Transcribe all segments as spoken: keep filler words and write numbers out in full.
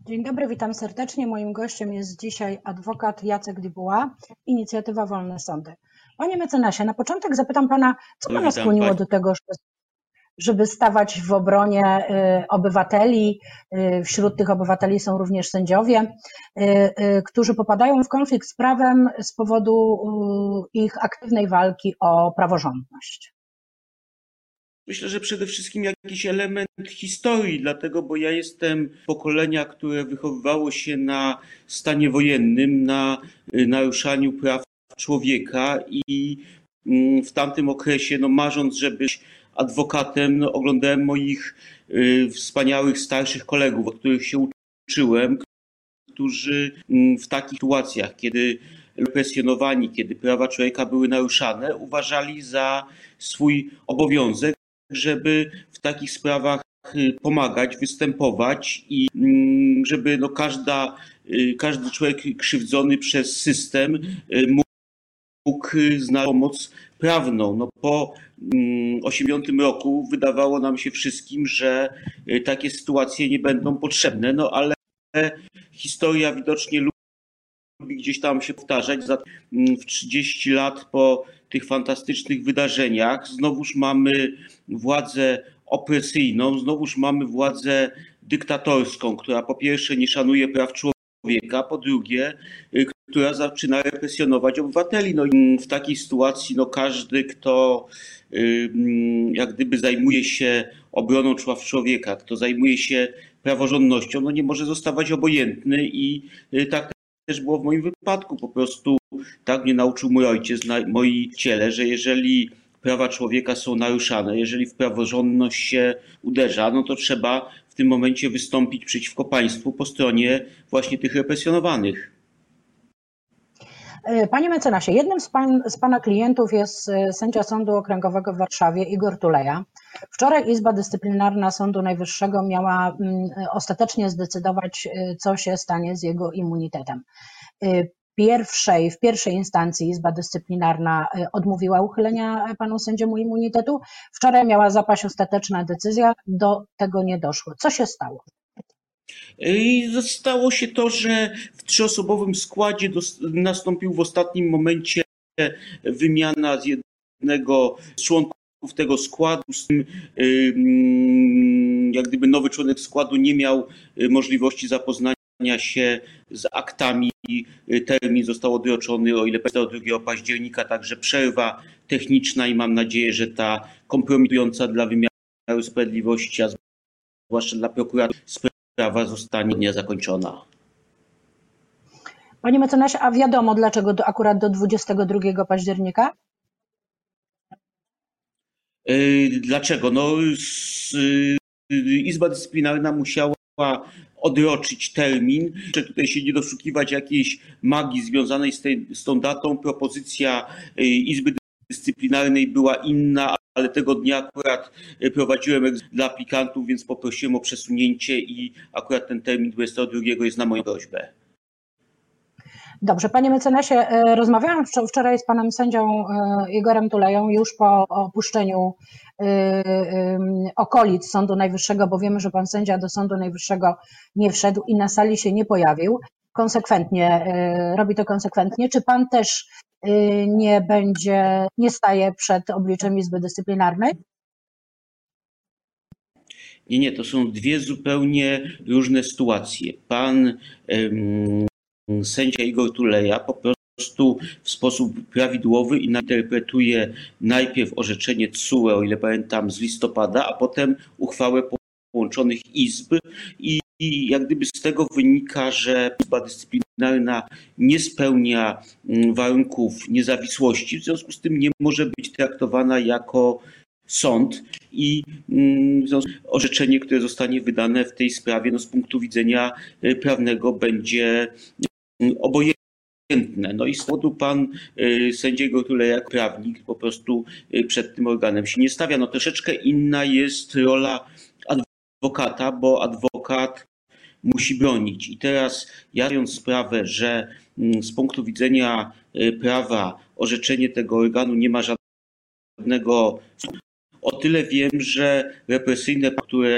Dzień dobry, witam serdecznie. Moim gościem jest dzisiaj adwokat Jacek Dubois, Inicjatywa Wolne Sądy. Panie mecenasie, na początek zapytam pana, co pana skłoniło do tego, żeby stawać w obronie obywateli? Wśród tych obywateli są również sędziowie, którzy popadają w konflikt z prawem z powodu ich aktywnej walki o praworządność. Myślę, że przede wszystkim jakiś element historii, dlatego, bo ja jestem pokolenia, które wychowywało się na stanie wojennym, na naruszaniu praw człowieka i w tamtym okresie, no marząc, żeby być adwokatem, no, oglądałem moich y, wspaniałych starszych kolegów, od których się uczyłem, którzy y, w takich sytuacjach, kiedy represjonowani, kiedy prawa człowieka były naruszane, uważali za swój obowiązek, żeby w takich sprawach pomagać, występować i żeby no każda, każdy człowiek krzywdzony przez system mógł znaleźć pomoc prawną. No po osiemdziesiątym roku wydawało nam się wszystkim, że takie sytuacje nie będą potrzebne, no ale historia widocznie lubi gdzieś tam się powtarzać. Za trzydzieści lat po tych fantastycznych wydarzeniach znowuż mamy władzę opresyjną, znowuż mamy władzę dyktatorską, która po pierwsze nie szanuje praw człowieka, po drugie, która zaczyna represjonować obywateli. No i w takiej sytuacji no każdy, kto jak gdyby zajmuje się obroną praw człowieka, kto zajmuje się praworządnością, no nie może zostawać obojętny i tak też było w moim wypadku. Po prostu tak mnie nauczył mój ojciec, moi ciele, że jeżeli prawa człowieka są naruszane, jeżeli w praworządność się uderza, no to trzeba w tym momencie wystąpić przeciwko państwu po stronie właśnie tych represjonowanych. Panie mecenasie, jednym z, pan, z pana klientów jest sędzia Sądu Okręgowego w Warszawie Igor Tuleja. Wczoraj Izba Dyscyplinarna Sądu Najwyższego miała ostatecznie zdecydować, co się stanie z jego immunitetem. Pierwszej, w pierwszej instancji Izba Dyscyplinarna odmówiła uchylenia panu sędziemu immunitetu. Wczoraj miała zapaść ostateczna decyzja, do tego nie doszło. Co się stało? I stało się to, że w trzyosobowym składzie nastąpił w ostatnim momencie wymiana z jednego z członków tego składu. Z tym, jak gdyby nowy członek składu nie miał możliwości zapoznania się z aktami. Termin został odroczony, o ile do drugiego października, także przerwa techniczna i mam nadzieję, że ta kompromitująca dla wymiaru sprawiedliwości, a zwłaszcza dla prokuratora, sprawa zostanie zakończona. Panie mecenasie, a wiadomo dlaczego do, akurat do dwudziestego drugiego października? Dlaczego? No, Izba Dyscyplinarna musiała odroczyć termin, że tutaj się nie doszukiwać jakiejś magii związanej z, tej, z tą datą. Propozycja Izby Dyscyplinarnej była inna, ale tego dnia akurat prowadziłem dla aplikantów, więc poprosiłem o przesunięcie i akurat ten termin dwudziestego drugiego jest na moją prośbę. Dobrze, panie mecenasie, rozmawiałam wczoraj z panem sędzią Igorem Tuleją już po opuszczeniu okolic Sądu Najwyższego, bo wiemy, że pan sędzia do Sądu Najwyższego nie wszedł i na sali się nie pojawił. Konsekwentnie, robi to konsekwentnie. Czy pan też nie będzie, nie staje przed obliczem Izby Dyscyplinarnej? Nie, nie, to są dwie zupełnie różne sytuacje. Pan um, sędzia Igor Tuleja po prostu w sposób prawidłowy interpretuje najpierw orzeczenie T S U E, o ile pamiętam, z listopada, a potem uchwałę połączonych izb i, i jak gdyby z tego wynika, że Izba Dyscyplinarna nie spełnia warunków niezawisłości, w związku z tym nie może być traktowana jako sąd i orzeczenie, które zostanie wydane w tej sprawie, no z punktu widzenia prawnego będzie obojętne. No i z powodu pan sędziego Tuleja jak prawnik po prostu przed tym organem się nie stawia. No troszeczkę inna jest rola adwokata, bo adwokat musi bronić. I teraz ja mając sprawę, że z punktu widzenia prawa orzeczenie tego organu nie ma żadnego, o tyle wiem, że represyjne, które w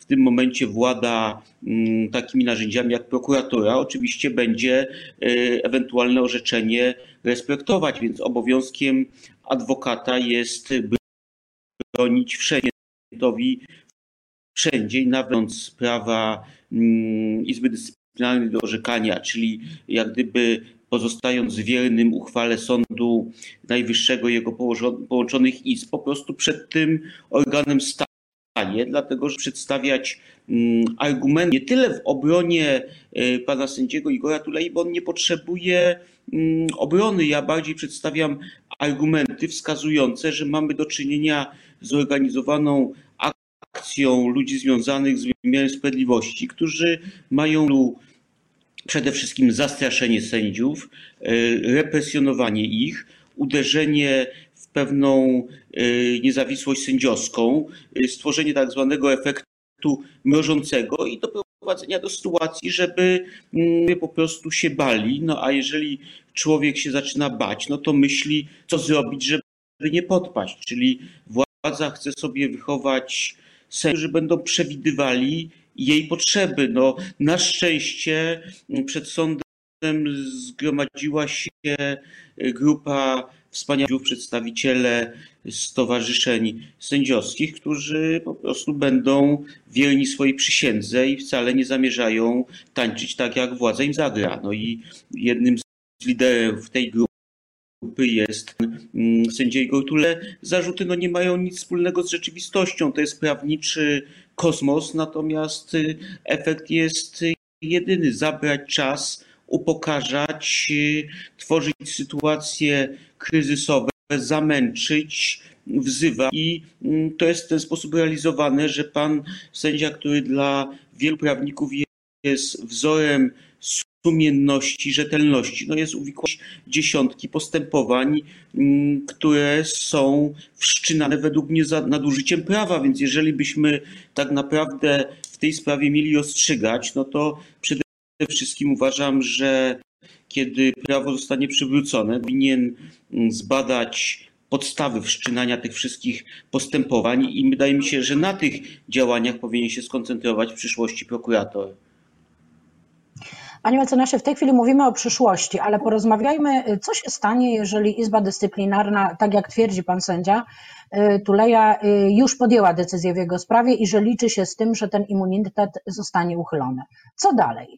w tym momencie włada takimi narzędziami jak prokuratura, oczywiście będzie ewentualne orzeczenie respektować, więc obowiązkiem adwokata jest bronić klientowi wszędzie i nawet z prawa Izby Dyscyplinarnej do orzekania, czyli jak gdyby pozostając wiernym uchwale Sądu Najwyższego i jego połączonych izb, po prostu przed tym organem stanie, dlatego że przedstawiać argument nie tyle w obronie pana sędziego Igora Tulei, bo on nie potrzebuje obrony. Ja bardziej przedstawiam argumenty wskazujące, że mamy do czynienia z zorganizowaną akcją ludzi związanych z wymiarem sprawiedliwości, którzy mają przede wszystkim zastraszenie sędziów, represjonowanie ich, uderzenie w pewną niezawisłość sędziowską, stworzenie tak zwanego efektu mrożącego i doprowadzenia do sytuacji, żeby po prostu się bali. No a jeżeli człowiek się zaczyna bać, no to myśli, co zrobić, żeby nie podpaść. Czyli władza chce sobie wychować sędziów, którzy będą przewidywali jej potrzeby. No, na szczęście przed sądem zgromadziła się grupa wspaniałych przedstawiciele stowarzyszeń sędziowskich, którzy po prostu będą wierni swojej przysiędze i wcale nie zamierzają tańczyć tak, jak władza im zagra. No i jednym z liderów tej grupy jest sędzia Igor Tulea. Zarzuty no, nie mają nic wspólnego z rzeczywistością. To jest prawniczy kosmos, natomiast efekt jest jedyny. Zabrać czas, upokarzać, tworzyć sytuacje kryzysowe, zamęczyć, wzywa i to jest w ten sposób realizowane, że pan sędzia, który dla wielu prawników jest wzorem sumienności, rzetelności, no jest uwikłać dziesiątki postępowań, które są wszczynane według mnie za nadużyciem prawa, więc jeżeli byśmy tak naprawdę w tej sprawie mieli ostrzegać, no to przede wszystkim uważam, że kiedy prawo zostanie przywrócone, powinien zbadać podstawy wszczynania tych wszystkich postępowań i wydaje mi się, że na tych działaniach powinien się skoncentrować w przyszłości prokurator. Panie mecenasie, w tej chwili mówimy o przyszłości, ale porozmawiajmy, co się stanie, jeżeli Izba Dyscyplinarna, tak jak twierdzi pan sędzia Tulea, już podjęła decyzję w jego sprawie i że liczy się z tym, że ten immunitet zostanie uchylony. Co dalej?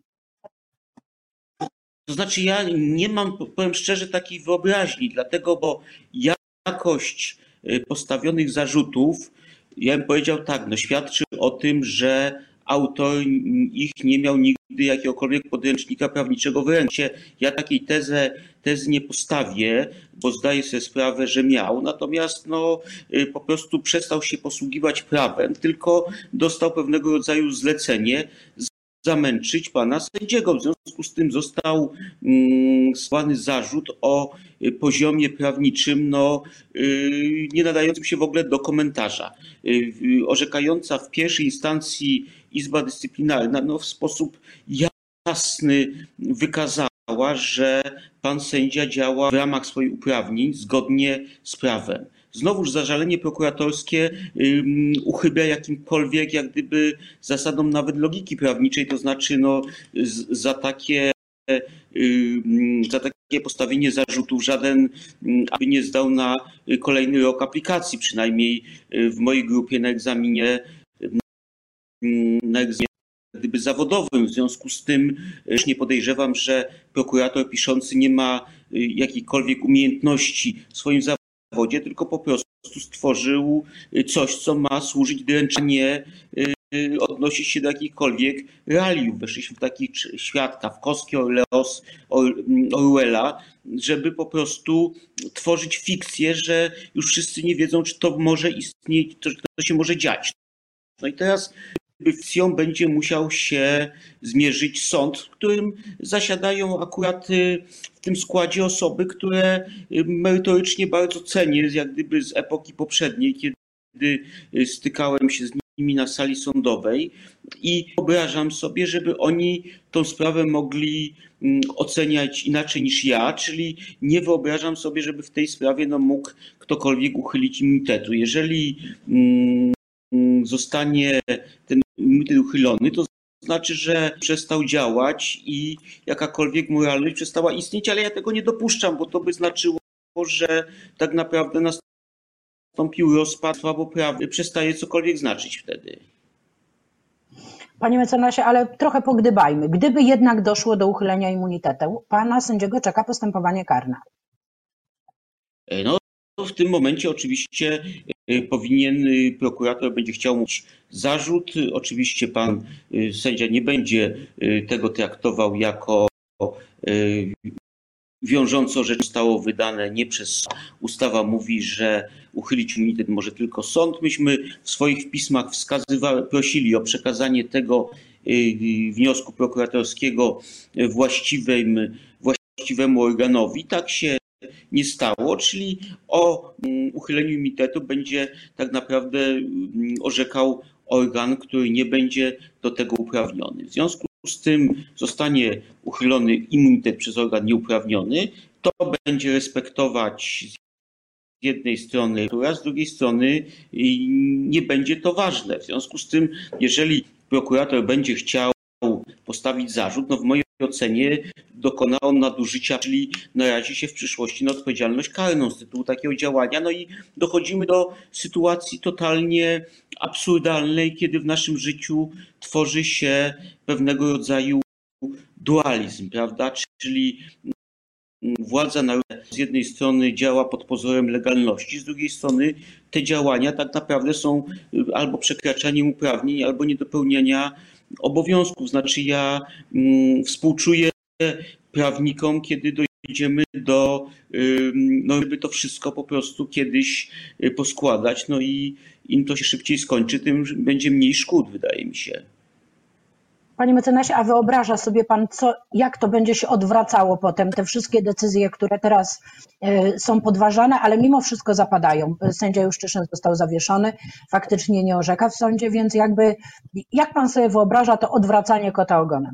To znaczy ja nie mam, powiem szczerze, takiej wyobraźni, dlatego, bo jakość postawionych zarzutów, ja bym powiedział tak, no świadczy o tym, że autor ich nie miał nigdy jakiegokolwiek podręcznika prawniczego w ręce. Ja takiej tezy, tezy nie postawię, bo zdaję sobie sprawę, że miał, natomiast no, po prostu przestał się posługiwać prawem, tylko dostał pewnego rodzaju zlecenie zamęczyć pana sędziego. W związku z tym został mm, składany zarzut o poziomie prawniczym no, yy, nie nadającym się w ogóle do komentarza. Yy, orzekająca w pierwszej instancji Izba Dyscyplinarna no, w sposób jasny wykazała, że pan sędzia działa w ramach swoich uprawnień zgodnie z prawem. Znowuż zażalenie prokuratorskie um, uchybia jakimkolwiek, jak gdyby zasadom nawet logiki prawniczej, to znaczy no, z, za, takie, um, za takie postawienie zarzutów żaden um, aby nie zdał na kolejny rok aplikacji, przynajmniej w mojej grupie na egzaminie, um, na egzaminie gdyby zawodowym. W związku z tym już nie podejrzewam, że prokurator piszący nie ma jakiejkolwiek umiejętności w swoim zawodzie, zawodzie, tylko po prostu stworzył coś, co ma służyć dręczenie, odnosić się do jakichkolwiek realiów. Weszliśmy w taki świat Kafkowski, Orleos, Orwella, żeby po prostu tworzyć fikcję, że już wszyscy nie wiedzą, czy to może istnieć, czy to się może dziać. No i teraz fikcją będzie musiał się zmierzyć sąd, w którym zasiadają akurat w tym składzie osoby, które merytorycznie bardzo cenię, jak gdyby z epoki poprzedniej, kiedy stykałem się z nimi na sali sądowej i wyobrażam sobie, żeby oni tą sprawę mogli oceniać inaczej niż ja, czyli nie wyobrażam sobie, żeby w tej sprawie no, mógł ktokolwiek uchylić immunitetu. Jeżeli mm, zostanie ten immunitet uchylony, to znaczy, że przestał działać i jakakolwiek moralność przestała istnieć, ale ja tego nie dopuszczam, bo to by znaczyło, że tak naprawdę nastąpił rozpad, bo prawo przestaje cokolwiek znaczyć wtedy. Panie mecenasie, ale trochę pogdybajmy. Gdyby jednak doszło do uchylenia immunitetu, pana sędziego czeka postępowanie karne. No, w tym momencie oczywiście powinien, prokurator będzie chciał mieć zarzut. Oczywiście pan sędzia nie będzie tego traktował jako wiążąco, że zostało wydane nie przez ustawa mówi, że uchylić immunitet może tylko sąd. Myśmy w swoich pismach wskazywali, prosili o przekazanie tego wniosku prokuratorskiego właściwym, właściwemu organowi. Tak się nie stało, czyli o uchyleniu immunitetu będzie tak naprawdę orzekał organ, który nie będzie do tego uprawniony. W związku z tym zostanie uchylony immunitet przez organ nieuprawniony, to będzie respektować z jednej strony, a z drugiej strony nie będzie to ważne. W związku z tym, jeżeli prokurator będzie chciał postawić zarzut, no w mojej ocenie dokona on nadużycia, czyli narazi się w przyszłości na odpowiedzialność karną z tytułu takiego działania. No i dochodzimy do sytuacji totalnie absurdalnej, kiedy w naszym życiu tworzy się pewnego rodzaju dualizm, prawda? Czyli władza narodowa z jednej strony działa pod pozorem legalności, z drugiej strony te działania tak naprawdę są albo przekraczaniem uprawnień, albo niedopełniania obowiązków. Znaczy ja mm, współczuję prawnikom, kiedy dojdziemy do, no żeby to wszystko po prostu kiedyś poskładać, no i im to się szybciej skończy, tym będzie mniej szkód, wydaje mi się. Panie mecenasie, a wyobraża sobie pan, co, jak to będzie się odwracało potem, te wszystkie decyzje, które teraz y, są podważane, ale mimo wszystko zapadają. Sędzia Juszczyszyn został zawieszony, faktycznie nie orzeka w sądzie, więc jakby, jak pan sobie wyobraża to odwracanie kota ogonem?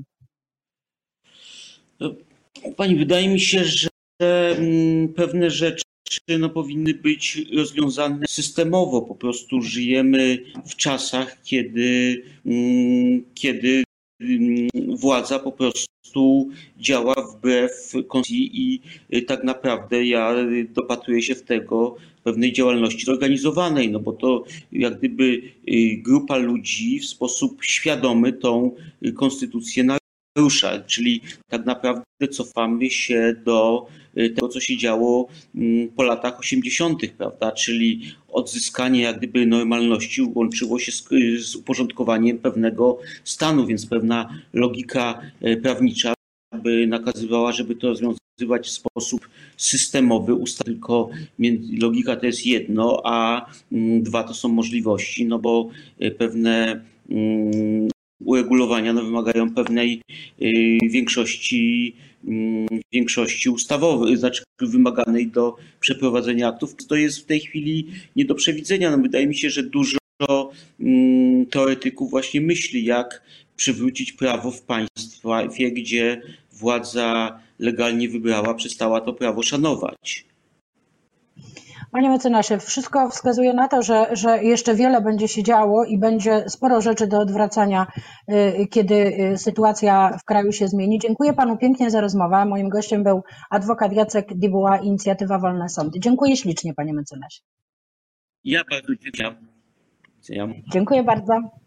No, pani, wydaje mi się, że pewne rzeczy no, powinny być rozwiązane systemowo. Po prostu żyjemy w czasach, kiedy, kiedy władza po prostu działa wbrew konstytucji i tak naprawdę ja dopatruję się w tego pewnej działalności zorganizowanej, no bo to jak gdyby grupa ludzi w sposób świadomy tą konstytucję narusza, czyli tak naprawdę cofamy się do tego, co się działo po latach osiemdziesiątych, prawda, czyli odzyskanie jak gdyby normalności łączyło się z, z uporządkowaniem pewnego stanu, więc pewna logika prawnicza by nakazywała, żeby to rozwiązywać w sposób systemowy, ustaw, tylko logika to jest jedno, a dwa to są możliwości, no bo pewne uregulowania no, wymagają pewnej y, większości, y, większości ustawowej, znaczy wymaganej do przeprowadzenia aktów. To jest w tej chwili nie do przewidzenia. No, wydaje mi się, że dużo y, teoretyków właśnie myśli, jak przywrócić prawo w państwie, gdzie władza legalnie wybrała, przestała to prawo szanować. Panie mecenasie, wszystko wskazuje na to, że, że jeszcze wiele będzie się działo i będzie sporo rzeczy do odwracania, kiedy sytuacja w kraju się zmieni. Dziękuję panu pięknie za rozmowę. Moim gościem był adwokat Jacek Dibuła, Inicjatywa Wolne Sądy. Dziękuję ślicznie, panie mecenasie. Ja bardzo dziękuję. Dziękuję bardzo.